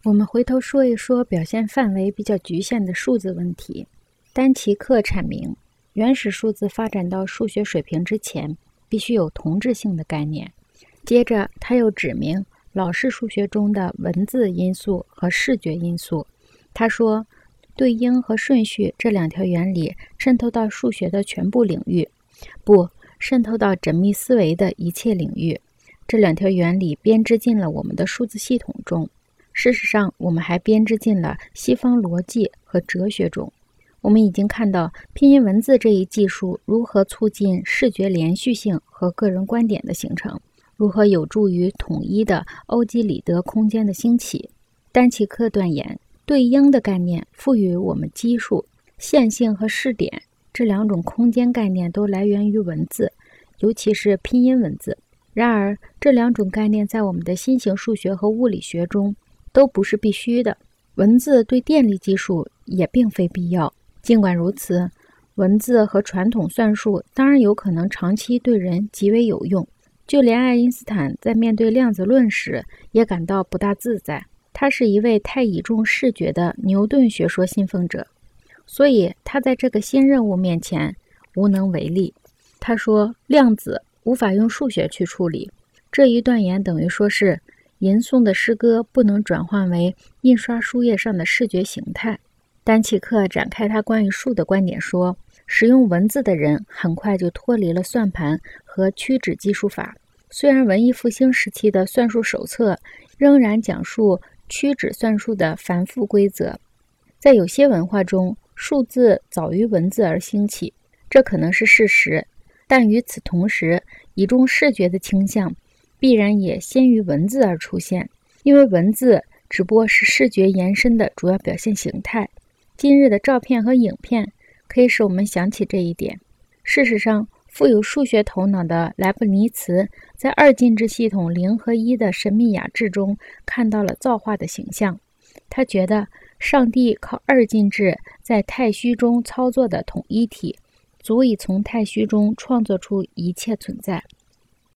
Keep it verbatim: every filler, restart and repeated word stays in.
我们回头说一说表现范围比较局限的数字问题。丹奇克阐明，原始数字发展到数学水平之前，必须有同质性的概念。接着，他又指明老式数学中的文字因素和视觉因素。他说，对应和顺序这两条原理渗透到数学的全部领域，不，渗透到缜密思维的一切领域。这两条原理编织进了我们的数字系统中。事实上，我们还编织进了西方逻辑和哲学中。我们已经看到拼音文字这一技术如何促进视觉连续性和个人观点的形成，如何有助于统一的欧几里得空间的兴起。丹奇克断言，对应的概念赋予我们基数、线性和视点这两种空间概念都来源于文字，尤其是拼音文字。然而，这两种概念在我们的新型数学和物理学中都不是必须的，文字对电力技术也并非必要。尽管如此，文字和传统算术当然有可能长期对人极为有用。就连爱因斯坦在面对量子论时也感到不大自在。他是一位太倚重视觉的牛顿学说信奉者，所以他在这个新任务面前无能为力。他说，量子无法用数学去处理。这一断言等于说是吟诵的诗歌不能转换为印刷书页上的视觉形态。丹奇克展开他关于数的观点说，使用文字的人很快就脱离了算盘和屈指计数法。虽然文艺复兴时期的算术手册仍然讲述屈指算术的繁复规则，在有些文化中，数字早于文字而兴起，这可能是事实，但与此同时，倚重视觉的倾向必然也先于文字而出现，因为文字只不过是视觉延伸的主要表现形态。今日的照片和影片可以使我们想起这一点。事实上，富有数学头脑的莱布尼茨在二进制系统零和一的神秘雅致中看到了造化的形象。他觉得上帝靠二进制在太虚中操作的统一体，足以从太虚中创作出一切存在。